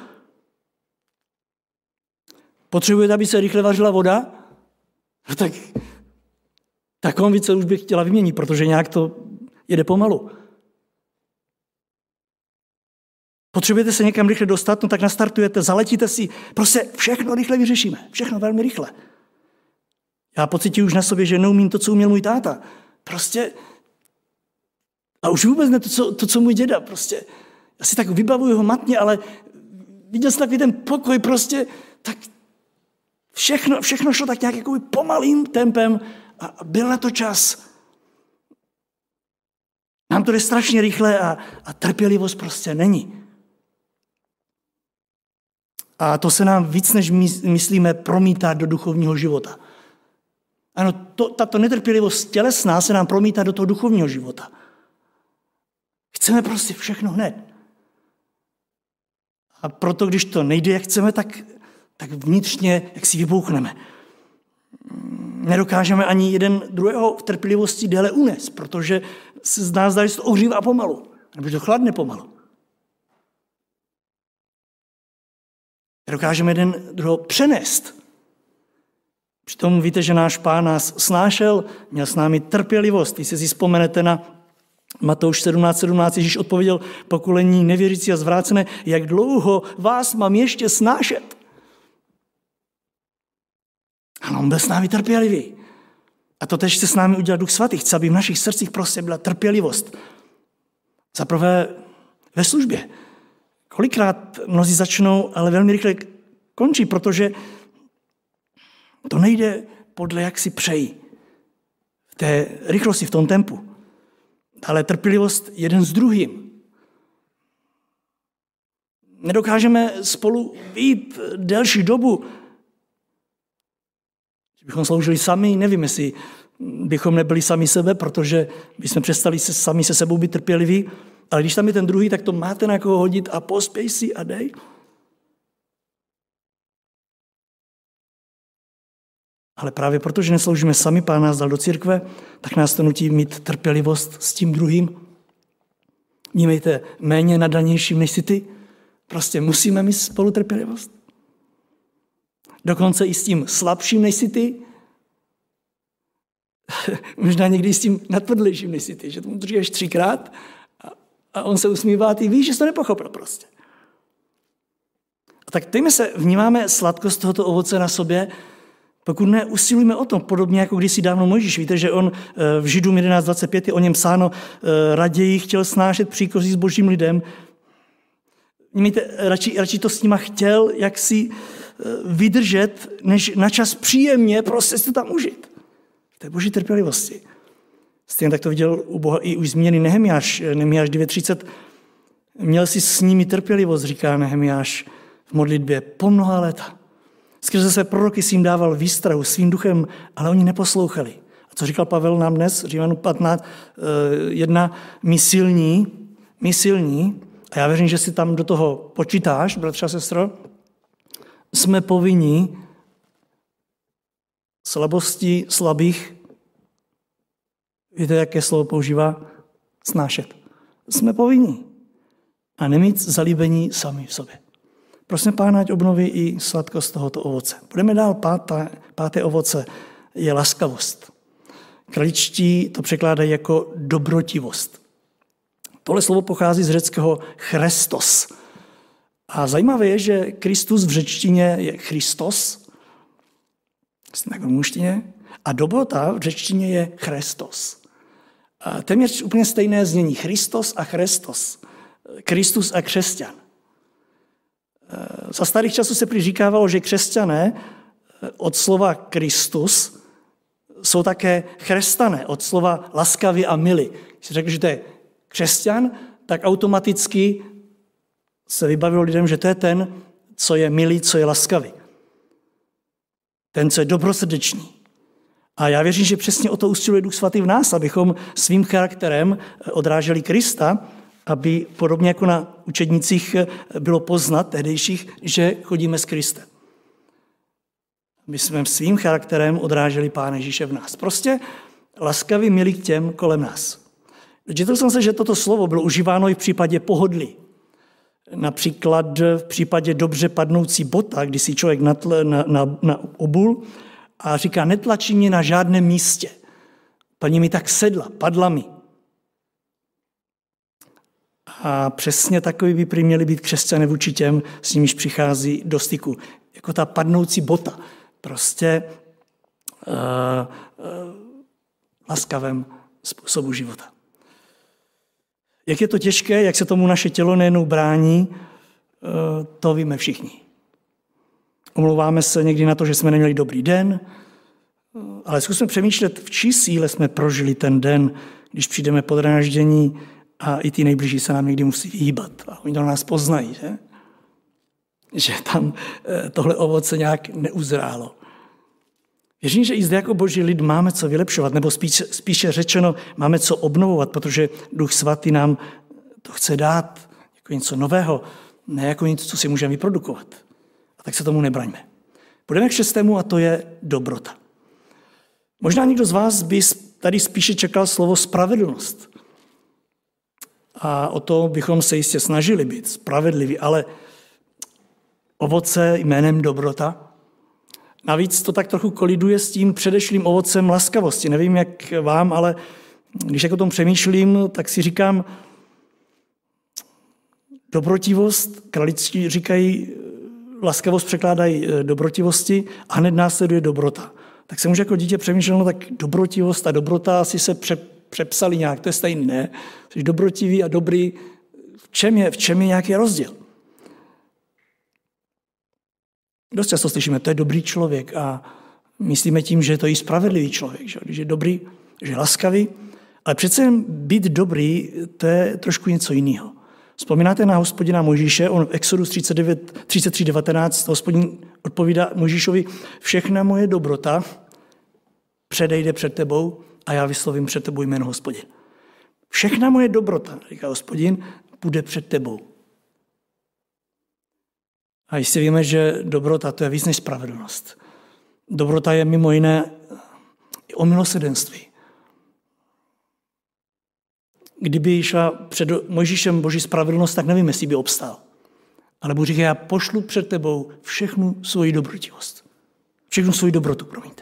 Potřebujete, aby se rychle vařila voda? No tak konvice už bych chtěla vyměnit, protože nějak to jede pomalu. Potřebujete se někam rychle dostat, tak nastartujete, zaletíte si, prostě všechno rychle vyřešíme, všechno velmi rychle. Já pocituji už na sobě, že neumím to, co uměl můj táta. Prostě, a už vůbec ne to, co můj děda, prostě. Já si tak vybavuju ho matně, ale viděl jsem takový ten pokoj, prostě, tak všechno šlo tak nějak jako pomalým tempem a byl na to čas. Nám to jde strašně rychle a trpělivost prostě není. A to se nám víc, než myslíme, promítá do duchovního života. Ano, tato netrpělivost tělesná se nám promítá do toho duchovního života. Chceme prostě všechno hned. A proto, když to nejde, jak chceme, tak vnitřně, jak si vybouchneme. Nedokážeme ani jeden druhého v trpělivosti déle unést, protože se z nás zdá, že se to ohřívá pomalu, nebo to chladne pomalu. Nedokážeme jeden druhého přenést. Přitom víte, že náš Pán nás snášel, měl s námi trpělivost. Když si vzpomenete na Matouš 17:17, Ježíš odpověděl pokolení nevěřící a zvrácené, jak dlouho vás mám ještě snášet. Ano, on byl s námi trpělivý. A to tež chce s námi udělat Duch Svatý. Chce, aby v našich srdcích prostě byla trpělivost. Za prvé ve službě. Kolikrát mnozí začnou, ale velmi rychle končí, protože to nejde podle, jak si přejí. V té rychlosti, v tom tempu. Ale trpělivost jeden s druhým. Nedokážeme spolu být delší dobu. Kdybychom sloužili sami, nevím, jestli bychom nebyli sami sebe, protože bychom přestali sami se sebou být trpěliví, ale když tam je ten druhý, tak to máte na koho hodit a pospěj si a dej. Ale právě protože nesloužíme sami, Pán nás dal do církve, tak nás to nutí mít trpělivost s tím druhým. Vnímejte, méně nadanějším než si ty. Prostě musíme mít spolu trpělivost. Dokonce i s tím slabším než si ty. Možná někdy s tím natvrdlejším než si ty, že tomu držíš 3krát a on se usmívá a ty víš, že jsi to nepochopil prostě. A tak dejme se, vnímáme sladkost tohoto ovoce na sobě, pokud neusilujeme o tom, podobně jako kdysi dávno Mojžíš. Víte, že on v Židům 11:25 je o něm psáno, raději chtěl snášet příkoří s božím lidem, Mějte, radši to s nima chtěl, jak si vydržet, než na čas příjemně prostě si to tam užít. To je boží trpělivosti. Stejně tak to viděl u Boha i už zmíněný Nehemiáš 9.30. Měl si s nimi trpělivost, říká Nehemiáš v modlitbě, po mnoha léta. Skrze své proroky si jim dával výstrahu svým duchem, ale oni neposlouchali. A co říkal Pavel nám dnes, Římanům 15.1, my silní, a já věřím, že si tam do toho počítáš, bratře a sestro, jsme povinni slabosti slabých, víte, jaké slovo používá? Snášet. Jsme povinni. A nemít zalíbení sami v sobě. Prosím Pána, ať obnoví i sladkost tohoto ovoce. Budeme dál, páté ovoce je laskavost. Kraličtí to překládají jako dobrotivost. Tohle slovo pochází z řeckého Christos. A zajímavé je, že Kristus v řečtině je Christos, tak v rumunštině, a dobrota v řečtině je Christos. A téměř úplně stejné znění. Christos a Christos. Kristus a křesťan. Za starých časů se prý říkávalo, že křesťané od slova Kristus jsou také chrestané, od slova laskavý a milý. Když se řekl, že to je křesťan, tak automaticky se vybavilo lidem, že to je ten, co je milý, co je laskavý. Ten, co je dobrosrdečný. A já věřím, že přesně o to usiluje Duch Svatý v nás, abychom svým charakterem odráželi Krista, aby podobně jako na učednicích bylo poznat tehdejších, že chodíme s Kristem. My jsme svým charakterem odráželi Pána Ježíše v nás. Prostě laskavý, milý k těm kolem nás. Dočetl jsem se, že toto slovo bylo užíváno i v případě pohodlí. Například v případě dobře padnoucí bota, kdy si člověk na obul a říká, netlačí mě na žádném místě. Paní mi tak sedla, padla mi. A přesně takový by prý měli být křesťané vůči těm, s nimiž přichází do styku. Jako ta padnoucí bota. Prostě laskavém způsobu života. Jak je to těžké, jak se tomu naše tělo nejenom brání, to víme všichni. Omlouváme se někdy na to, že jsme neměli dobrý den, ale zkusme přemýšlet, v čí síle jsme prožili ten den, když přijdeme pod dráždění a i ty nejbližší se nám někdy musí hýbat. A oni to na nás poznají, že tam tohle ovoce nějak neuzrálo. Věřím, že i zde jako boží lid máme co vylepšovat, nebo spíše řečeno máme co obnovovat, protože Duch Svatý nám to chce dát jako něco nového, ne jako něco, co si můžeme vyprodukovat. A tak se tomu nebraňme. Půjdeme k 6. a to je dobrota. Možná někdo z vás by tady spíše čekal slovo spravedlnost. A o to bychom se jistě snažili být spravedliví, ale ovoce jménem dobrota. Navíc to tak trochu koliduje s tím předešlým ovocem laskavosti. Nevím, jak vám, ale když jako o tom přemýšlím, tak si říkám, dobrotivost, kraličtí říkají, laskavost překládají dobrotivosti a hned následuje dobrota. Tak jsem už jako dítě přemýšlel, no tak dobrotivost a dobrota asi se přepsali nějak, to je stejný, ne? Jsi dobrotivý a dobrý, v čem je nějaký rozdíl? Dost často slyšíme, to je dobrý člověk a myslíme tím, že to je i spravedlivý člověk, že je dobrý, že je laskavý, ale přece jen být dobrý, to je trošku něco jiného. Vzpomínáte na Hospodina Mojžíše, on v Exodus 33:19 Hospodin odpovídá Mojžíšovi, všechna moje dobrota předejde před tebou a já vyslovím před tebou jméno Hospodin. Všechna moje dobrota, říká Hospodin, bude před tebou. A jistě víme, že dobrota to je víc než spravedlnost. Dobrota je mimo jiné i o milosrdenství. Kdyby šla před Mojžíšem boží spravedlnost, tak nevím, jestli by obstál. Ale Bůh říká, já pošlu před tebou všechnu svoji dobrotivost. Všechnu svoji dobrotu, promiňte.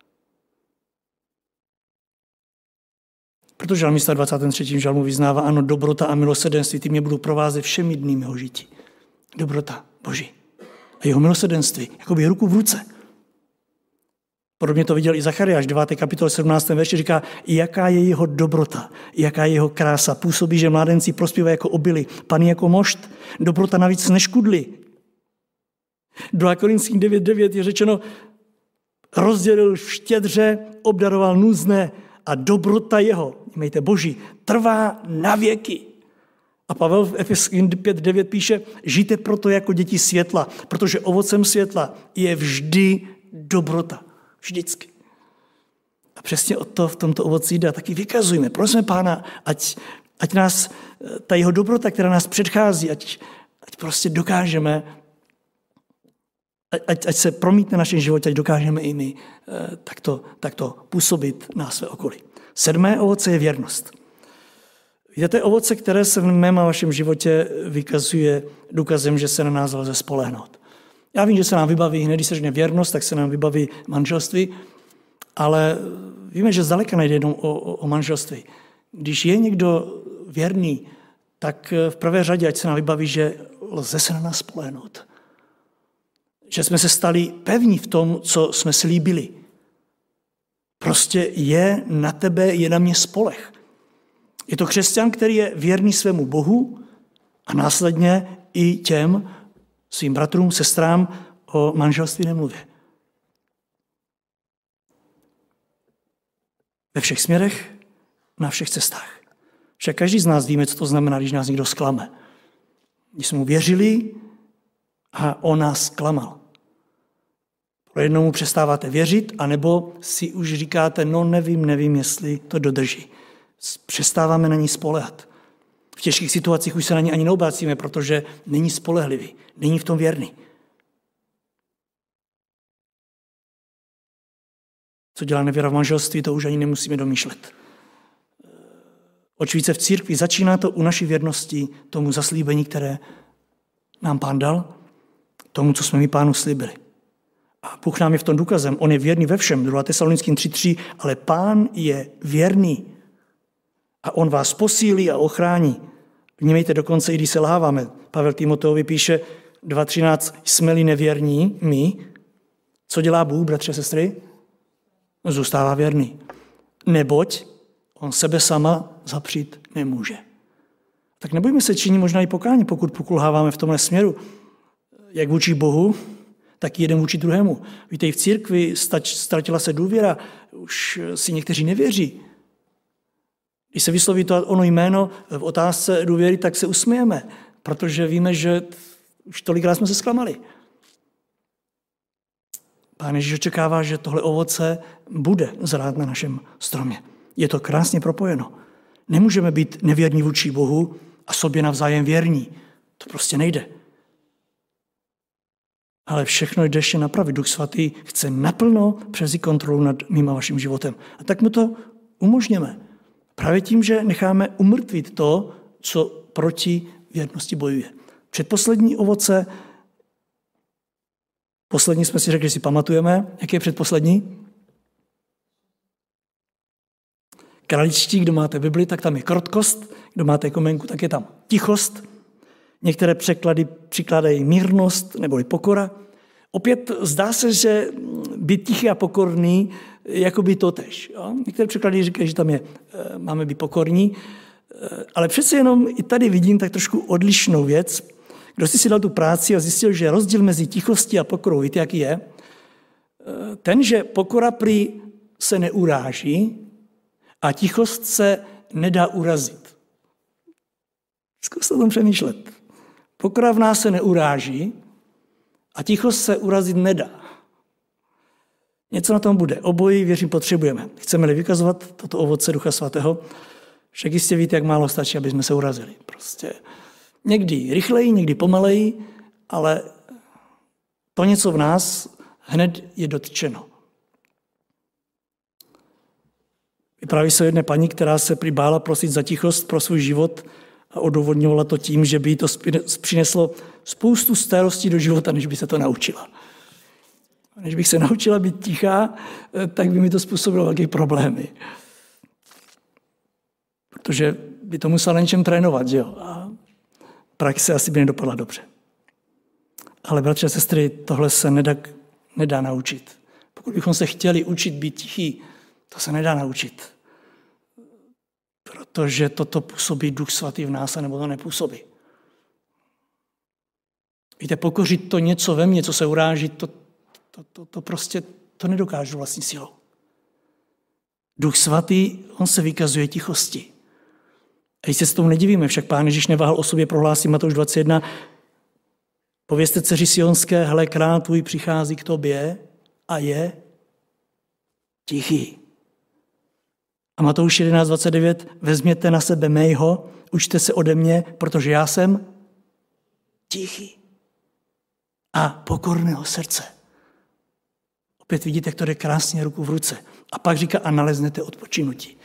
Protože žalmista 23. žalmu vyznává, ano, dobrota a milosrdenství, ty mě budou provázet všemi dny mého žití. Dobrota Boží. A jeho milosrdenství, jako by ruku v ruce. Podobně to viděl i Zachariáš, 9. kapitole 17. verši, říká, jaká je jeho dobrota, jaká je jeho krása. Působí, že mládenci prospívají jako obilí, Pan jako mošt, dobrota navíc neškudlí. 2. Korinským 9.9 je řečeno, rozdělil štědře, obdaroval nuzné a dobrota jeho, mějte Boží, trvá na věky. A Pavel v Efeským 5.9 píše, žijte proto jako děti světla, protože ovocem světla je vždy dobrota. Vždycky. A přesně o to v tomto ovoci jde. A taky vykazujeme. Prosíme Pána, ať nás, ta jeho dobrota, která nás předchází, ať prostě dokážeme, ať se promítne v našem životě, ať dokážeme i my takto působit na své okolí. 7. ovoce je věrnost. Víte, to je ovoce, které se v mém a vašem životě vykazuje důkazem, že se na nás lze spolehnout. Já vím, že se nám vybaví, hned když se řekne věrnost, tak se nám vybaví manželství, ale víme, že zdaleka nejde jenom o manželství. Když je někdo věrný, tak v prvé řadě, ať se nám vybaví, že lze se na nás spolehnout. Že jsme se stali pevní v tom, co jsme slíbili. Prostě je na tebe, je na mě spoleh. Je to křesťan, který je věrný svému Bohu a následně i těm svým bratrům, sestrám o manželství nemluvě. Ve všech směrech, na všech cestách. Však každý z nás víme, co to znamená, když nás někdo zklame. Když jsme mu věřili a on nás zklamal. Pro jednomu přestáváte věřit, anebo si už říkáte, no nevím, jestli to dodrží. Přestáváme na ní spoléhat. V těžkých situacích už se na ní ani neobracíme, protože není spolehlivý, není v tom věrný. Co dělá nevěra v manželství, to už ani nemusíme domýšlet. Oč více v církvi začíná to u naší věrnosti tomu zaslíbení, které nám Pán dal, tomu, co jsme my Pánu slíbili. A Bůh nám je v tom důkazem. On je věrný ve všem. 2. Tesalonickým 3.3, ale Pán je věrný. A on vás posílí a ochrání. Vnímejte dokonce, i když se lháváme. Pavel Timoteovi píše 2.13, jsme-li nevěrní my, co dělá Bůh, bratři a sestry? Zůstává věrný. Neboť on sebe sama zapřít nemůže. Tak nebojme se činit možná i pokání, pokud pokulháváme v tomhle směru. Jak vůči Bohu, tak jeden vůči druhému. Víte, i v církvi ztratila se důvěra, už si někteří nevěří. Když se vysloví to ono jméno v otázce důvěry, tak se usmějeme, protože víme, že už tolikrát jsme se zklamali. Pán Ježíš očekává, že tohle ovoce bude zrát na našem stromě. Je to krásně propojeno. Nemůžeme být nevěrní vůči Bohu a sobě navzájem věrní. To prostě nejde. Ale všechno jde ještě napravit. Duch svatý chce naplno převzít kontrolu nad mým a vaším životem. A tak mu to umožněme. Právě tím, že necháme umrtvit to, co proti věrnosti bojuje. Předposlední ovoce, poslední jsme si řekli, si pamatujeme, jak je předposlední? Kraličtí, kdo máte Bibli, tak tam je krotkost, kdo máte komenku, tak je tam tichost. Některé překlady přikládají mírnost neboli pokora. Opět zdá se, že být tichý a pokorný jako by totéž. Jo? Některé překlady říkají, že tam máme být pokorní, ale přece jenom i tady vidím tak trošku odlišnou věc. Kdo si dal tu práci a zjistil, že rozdíl mezi tichostí a pokorou, víte, jaký je? Ten, že pokora prý se neuráží a tichost se nedá urazit. Zkuste o tom přemýšlet. Pokora v nás se neuráží a tichost se urazit nedá. Něco na tom bude. Obojí, věřím, potřebujeme. Chceme-li vykazovat toto ovoce Ducha Svatého, však jistě víte, jak málo stačí, aby jsme se urazili. Prostě někdy rychleji, někdy pomaleji, ale to něco v nás hned je dotčeno. Vypráví se o jedné paní, která se přibála prosit za tichost pro svůj život a odůvodňovala to tím, že by jí to přineslo spoustu starostí do života, než by se to naučila. Než bych se naučila být tichá, tak by mi to způsobilo velké problémy. Protože by to musela na něčem trénovat, že jo? A praxe asi by nedopadla dobře. Ale bratři a sestry, tohle se nedá naučit. Pokud bychom se chtěli učit být tichý, to se nedá naučit. Protože toto působí Duch Svatý v nás, nebo to nepůsobí. Víte, pokořit to něco ve mně, co se uráží, to prostě to nedokážu vlastní silou. Duch Svatý, on se vykazuje tichosti. A když se s tomu nedivíme, však Pán Ježíš neváhal o sobě, prohlásí Matouš 21, povězte dceři Sionské, hle, král tvůj přichází k tobě a je tichý. A Matouš 11.29, vezměte na sebe mého, učte se ode mě, protože já jsem tichý a pokorného srdce. Opět vidíte, jak to jde krásně ruku v ruce. A pak říká, a naleznete odpočinutí.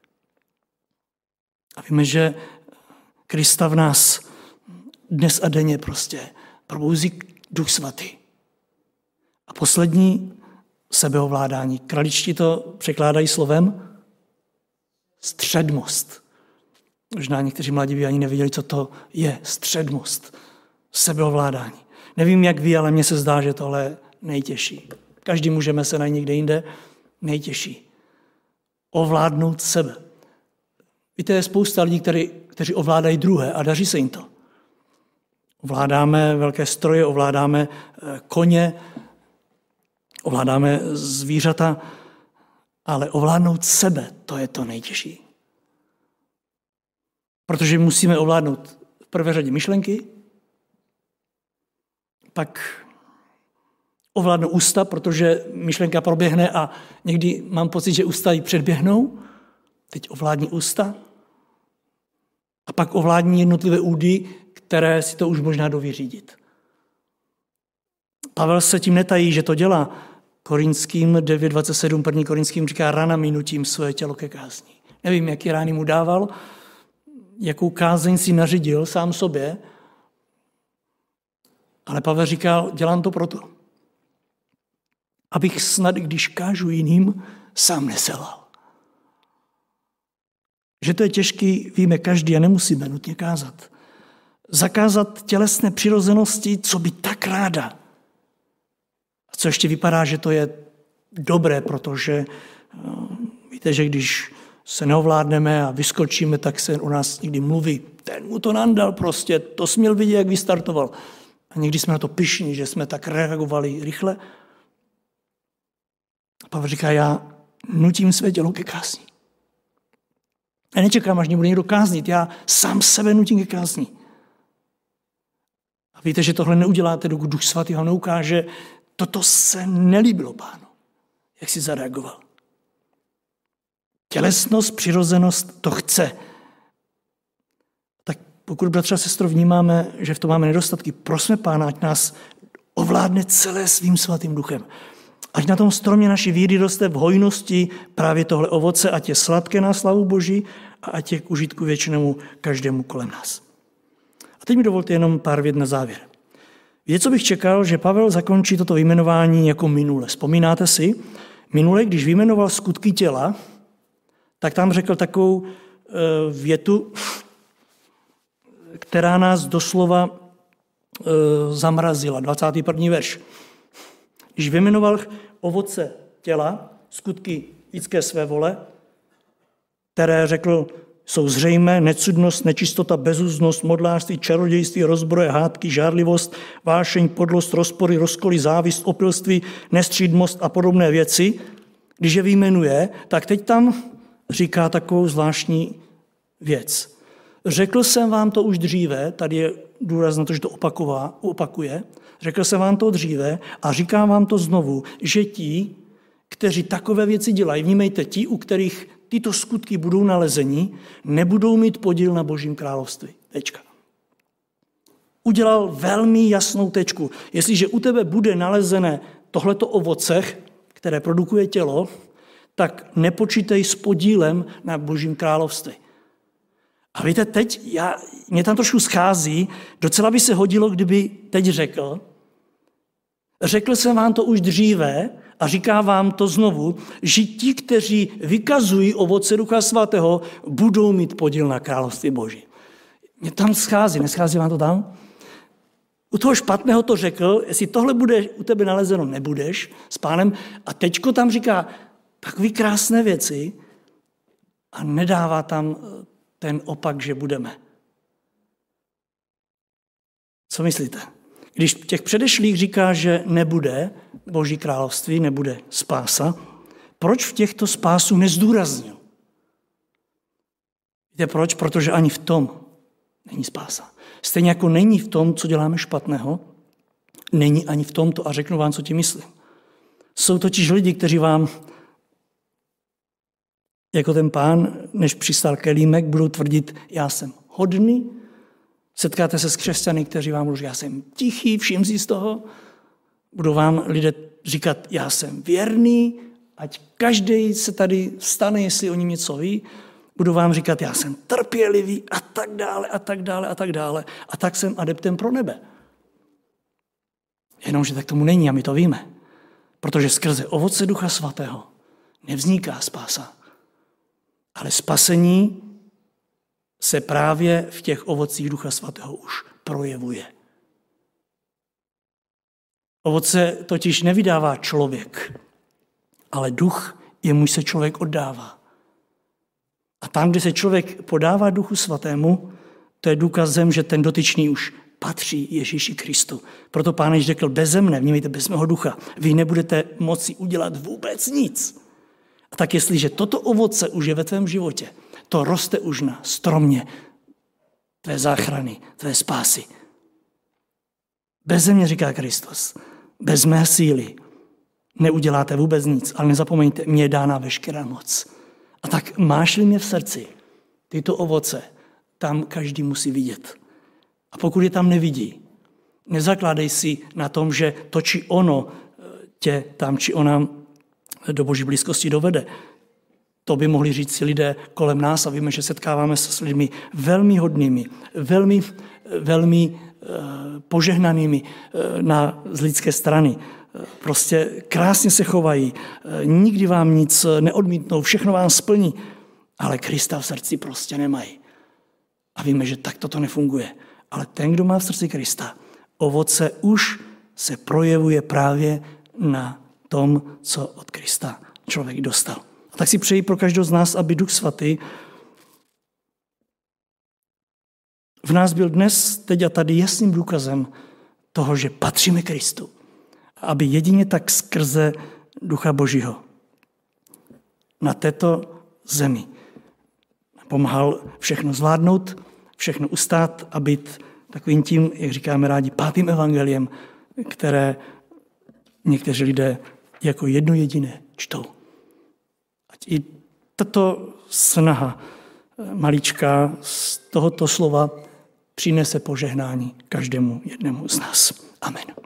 A víme, že Krista v nás dnes a denně prostě probouzí Duch Svatý. A poslední sebeovládání. Kraličtí to překládají slovem středmost. Možná někteří mladí by ani nevěděli, co to je středmost, sebeovládání. Nevím, jak vy, ale mně se zdá, že tohle je nejtěžší. Každý můžeme se najít někde jinde, nejtěžší. Ovládnout sebe. Víte, je spousta lidí, kteří ovládají druhé a daří se jim to. Ovládáme velké stroje, ovládáme koně, ovládáme zvířata, ale ovládnout sebe, to je to nejtěžší. Protože musíme ovládnout v prvé řadě myšlenky, pak ovládnout ústa, protože myšlenka proběhne a někdy mám pocit, že ústa ji předběhnou. Teď ovládní ústa a pak ovládní jednotlivé údy, které si to už možná doví řídit. Pavel se tím netají, že to dělá. Korinským 9.27, 1. Korinským říká, ranami nutím své tělo ke kázni. Nevím, jaký rány mu dával, jakou kázeň si nařídil sám sobě, ale Pavel říkal, dělám to proto, abych snad, když kážu jiným, sám neselhal. Že to je těžký, víme každý a nemusíme nutně kázat. Zakázat tělesné přirozenosti, co by tak ráda. A co ještě vypadá, že to je dobré, protože víte, že když se neovládneme a vyskočíme, tak se u nás někdy mluví. Ten mu to nandal prostě, to směl vidět, jak vystartoval. A někdy jsme na to pyšní, že jsme tak reagovali rychle. A Pavel říká, já nutím své tělo ke kázni. Já nečekám, až mě bude někdo káznit, já sám sebe nutím ke kázni. A víte, že tohle neuděláte, dokud Duch Svatý vám neukáže, toto se nelíbilo Pánu, jak si zareagoval. Tělesnost, přirozenost to chce. Tak pokud, bratře a sestro, vnímáme, že v tom máme nedostatky, prosme Pána, ať nás ovládne celé svým svatým duchem. Ať na tom stromě naší víry roste v hojnosti právě tohle ovoce, ať je sladké na slavu Boží a ať je k užitku věčnému každému kolem nás. A teď mi dovolte jenom pár vět na závěr. Víte, co bych čekal, že Pavel zakončí toto vyjmenování jako minule. Vzpomínáte si? Minule, když vyjmenoval skutky těla, tak tam řekl takovou větu, která nás doslova zamrazila. 21. verš. Když vyjmenoval ovoce těla, skutky lidské své vole, které řekl, jsou zřejmé, necudnost, nečistota, bezúznost, modlářství, čarodějství, rozbroje, hádky, žárlivost, vášeň, podlost, rozpory, rozkoly, závist, opilství, nestřídmost a podobné věci. Když je vyjmenuje, tak teď tam říká takovou zvláštní věc. Řekl jsem vám to už dříve, tady je důraz na to, že to opakuje, řekl jsem vám to dříve a říkám vám to znovu, že ti, kteří takové věci dělají, vnímejte, ti, u kterých tyto skutky budou nalezeni, nebudou mít podíl na Božím království. Tečka. Udělal velmi jasnou tečku. Jestliže u tebe bude nalezené tohleto ovoce, které produkuje tělo, tak nepočítej s podílem na Božím království. A víte, teď mě tam trošku schází, docela by se hodilo, kdyby teď řekl jsem vám to už dříve a říkám vám to znovu, že ti, kteří vykazují ovoce Ducha Svatého, budou mít podíl na království Boží. Mě tam schází, neschází vám to tam? U toho špatného to řekl, jestli tohle bude u tebe nalezeno, nebudeš s Pánem. A teďko tam říká takové krásné věci a nedává tam ten opak, že budeme. Co myslíte? Když v těch předešlých říká, že nebude Boží království, nebude spása, proč v těchto spásu nezdůraznil? Víte proč? Protože ani v tom není spása. Stejně jako není v tom, co děláme špatného, není ani v tomto, a řeknu vám, co tím myslím. Jsou totiž lidi, kteří vám, jako ten pán, než přistál kelímek, budou tvrdit, já jsem hodný. Setkáte se s křesťany, kteří vám budou říkat, já jsem tichý, všim si z toho. Budou vám lidé říkat, já jsem věrný, ať každý se tady stane, jestli o ním něco ví. Budou vám říkat, já jsem trpělivý a tak dále, a tak dále, a tak dále. A tak jsem adeptem pro nebe. Jenomže tak tomu není a my to víme. Protože skrze ovoce Ducha Svatého nevzniká spása. Ale spasení se právě v těch ovocích Ducha Svatého už projevuje. Ovoce totiž nevydává člověk, ale duch, jemuž se člověk oddává. A tam, kde se člověk podává Duchu Svatému, to je důkazem, že ten dotyčný už patří Ježíši Kristu. Proto Pán Ježíš řekl, beze mne, vnímejte, bez mého ducha, vy nebudete moci udělat vůbec nic. A tak jestliže toto ovoce už je ve tvém životě, to roste už na stromě tvé záchrany, tvé spásy. Beze mě, říká Kristus, bez mé síly neuděláte vůbec nic, ale nezapomeňte, mě je dána veškerá moc. A tak máš-li mě v srdci tyto ovoce, tam každý musí vidět. A pokud je tam nevidí, nezakládej si na tom, že to či ono tě tam či ona do Boží blízkosti dovede. To by mohli říct si lidé kolem nás a víme, že setkáváme se s lidmi velmi hodnými, velmi požehnanými z lidské strany. Prostě krásně se chovají, nikdy vám nic neodmítnou, všechno vám splní, ale Krista v srdci prostě nemají. A víme, že tak toto nefunguje. Ale ten, kdo má v srdci Krista, ovoce už se projevuje právě na tom, co od Krista člověk dostal. A tak si přeji pro každého z nás, aby Duch Svatý v nás byl dnes, teď a tady jasným důkazem toho, že patříme Kristu. Aby jedině tak skrze Ducha Božího na této zemi pomáhal všechno zvládnout, všechno ustát a být takovým tím, jak říkáme rádi, pátým evangeliem, které někteří lidé jako jedno jediné čtou. Ať i tato snaha maličká z tohoto slova přinese požehnání každému jednému z nás. Amen.